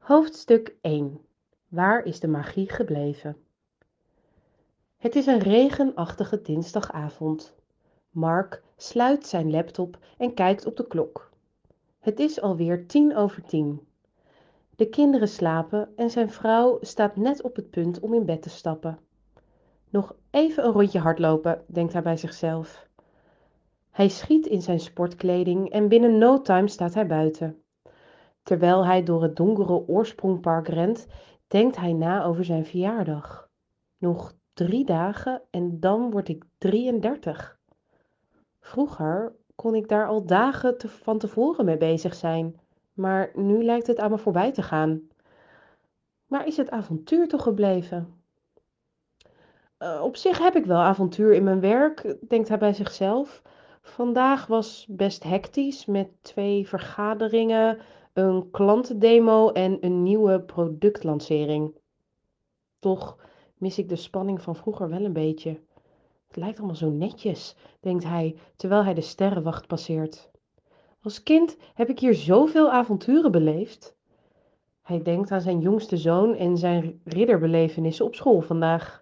Hoofdstuk 1. Waar is de magie gebleven? Het is een regenachtige dinsdagavond. Mark sluit zijn laptop en kijkt op de klok. Het is alweer 10:10. De kinderen slapen en zijn vrouw staat net op het punt om in bed te stappen. Nog even een rondje hardlopen, denkt hij bij zichzelf. Hij schiet in zijn sportkleding en binnen no time staat hij buiten. Terwijl hij door het donkere Oorsprongpark rent, denkt hij na over zijn verjaardag. Nog 3 dagen en dan word ik 33. Vroeger kon ik daar al dagen van tevoren mee bezig zijn, maar nu lijkt het aan me voorbij te gaan. Waar is het avontuur toch gebleven? Op zich heb ik wel avontuur in mijn werk, denkt hij bij zichzelf. Vandaag was best hectisch met 2 vergaderingen, een klantendemo en een nieuwe productlancering. Toch mis ik de spanning van vroeger wel een beetje. Het lijkt allemaal zo netjes, denkt hij terwijl hij de sterrenwacht passeert. Als kind heb ik hier zoveel avonturen beleefd. Hij denkt aan zijn jongste zoon en zijn ridderbelevenissen op school vandaag.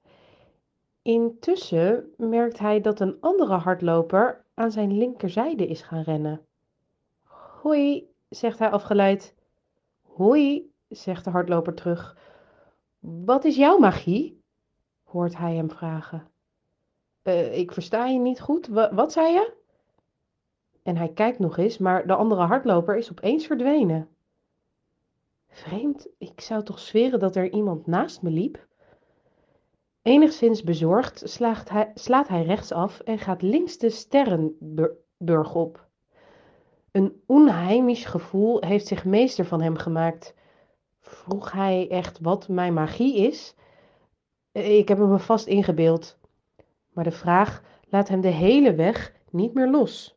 Intussen merkt hij dat een andere hardloper aan zijn linkerzijde is gaan rennen. Hoi, zegt hij afgeleid. Hoi, zegt de hardloper terug. Wat is jouw magie? Hoort hij hem vragen. Ik versta je niet goed. Wat zei je? En hij kijkt nog eens, maar de andere hardloper is opeens verdwenen. Vreemd, ik zou toch zweren dat er iemand naast me liep? Enigszins bezorgd slaat hij rechtsaf en gaat links de Sterrenburg op. Een onheimisch gevoel heeft zich meester van hem gemaakt. Vroeg hij echt wat mijn magie is? Ik heb het me vast ingebeeld. Maar de vraag laat hem de hele weg niet meer los.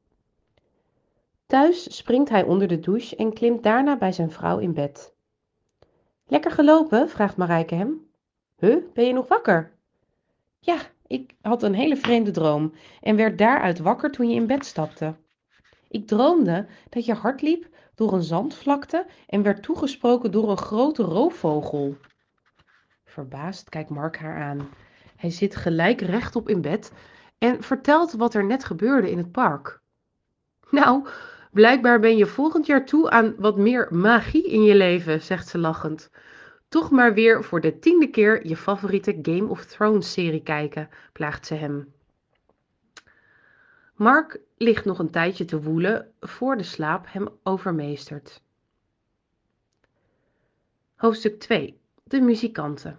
Thuis springt hij onder de douche en klimt daarna bij zijn vrouw in bed. Lekker gelopen? Vraagt Marijke hem. Ben je nog wakker? Ja, ik had een hele vreemde droom en werd daaruit wakker toen je in bed stapte. Ik droomde dat je hard liep door een zandvlakte en werd toegesproken door een grote roofvogel. Verbaasd kijkt Mark haar aan. Hij zit gelijk rechtop in bed en vertelt wat er net gebeurde in het park. Nou, blijkbaar ben je volgend jaar toe aan wat meer magie in je leven, zegt ze lachend. Toch maar weer voor de 10e keer je favoriete Game of Thrones serie kijken, plaagt ze hem. Mark ligt nog een tijdje te woelen voor de slaap hem overmeestert. Hoofdstuk 2. De muzikanten.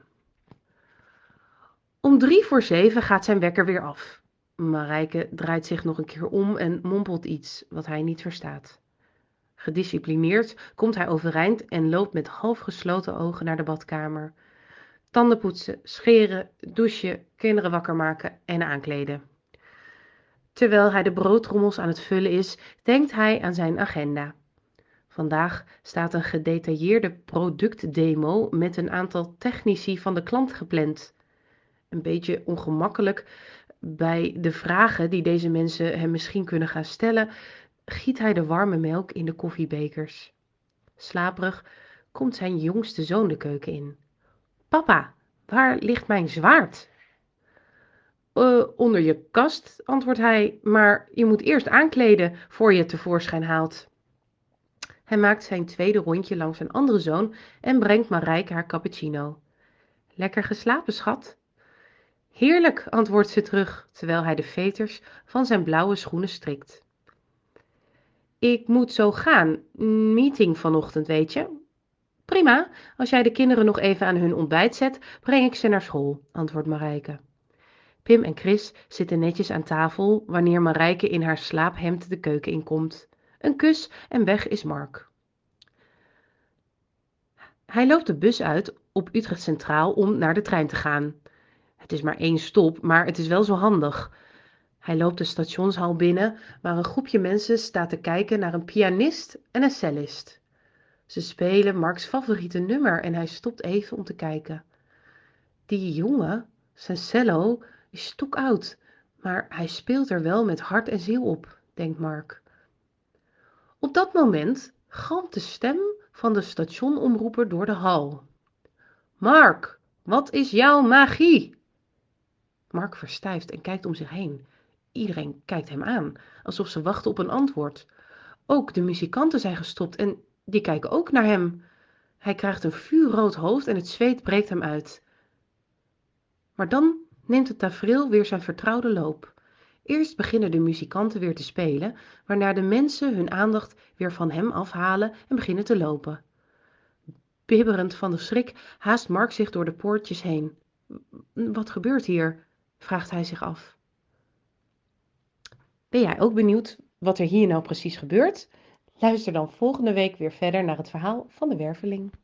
Om 7:03 gaat zijn wekker weer af. Marijke draait zich nog een keer om en mompelt iets wat hij niet verstaat. Gedisciplineerd komt hij overeind en loopt met half gesloten ogen naar de badkamer. Tanden poetsen, scheren, douchen, kinderen wakker maken en aankleden. Terwijl hij de broodtrommels aan het vullen is, denkt hij aan zijn agenda. Vandaag staat een gedetailleerde productdemo met een aantal technici van de klant gepland. Een beetje ongemakkelijk bij de vragen die deze mensen hem misschien kunnen gaan stellen, giet hij de warme melk in de koffiebekers. Slaperig komt zijn jongste zoon de keuken in. Papa, waar ligt mijn zwaard? Onder je kast, antwoordt hij, maar je moet eerst aankleden voor je het tevoorschijn haalt. Hij maakt zijn tweede rondje langs een andere zoon en brengt Marijke haar cappuccino. Lekker geslapen, schat? Heerlijk, antwoordt ze terug, terwijl hij de veters van zijn blauwe schoenen strikt. Ik moet zo gaan, meeting vanochtend, weet je. Prima, als jij de kinderen nog even aan hun ontbijt zet, breng ik ze naar school, antwoordt Marijke. Pim en Chris zitten netjes aan tafel wanneer Marijke in haar slaaphemd de keuken inkomt. Een kus en weg is Mark. Hij loopt de bus uit op Utrecht Centraal om naar de trein te gaan. Het is maar 1 stop, maar het is wel zo handig. Hij loopt de stationshal binnen, waar een groepje mensen staat te kijken naar een pianist en een cellist. Ze spelen Marks favoriete nummer en hij stopt even om te kijken. Die jongen, zijn cello, is stokoud, maar hij speelt er wel met hart en ziel op, denkt Mark. Op dat moment galmt de stem van de stationomroeper door de hal. Mark, wat is jouw magie? Mark verstijft en kijkt om zich heen. Iedereen kijkt hem aan, alsof ze wachten op een antwoord. Ook de muzikanten zijn gestopt en die kijken ook naar hem. Hij krijgt een vuurrood hoofd en het zweet breekt hem uit. Maar dan neemt het tafereel weer zijn vertrouwde loop. Eerst beginnen de muzikanten weer te spelen, waarna de mensen hun aandacht weer van hem afhalen en beginnen te lopen. Bibberend van de schrik haast Mark zich door de poortjes heen. Wat gebeurt hier? Vraagt hij zich af. Ben jij ook benieuwd wat er hier nou precies gebeurt? Luister dan volgende week weer verder naar het verhaal van de Werveling.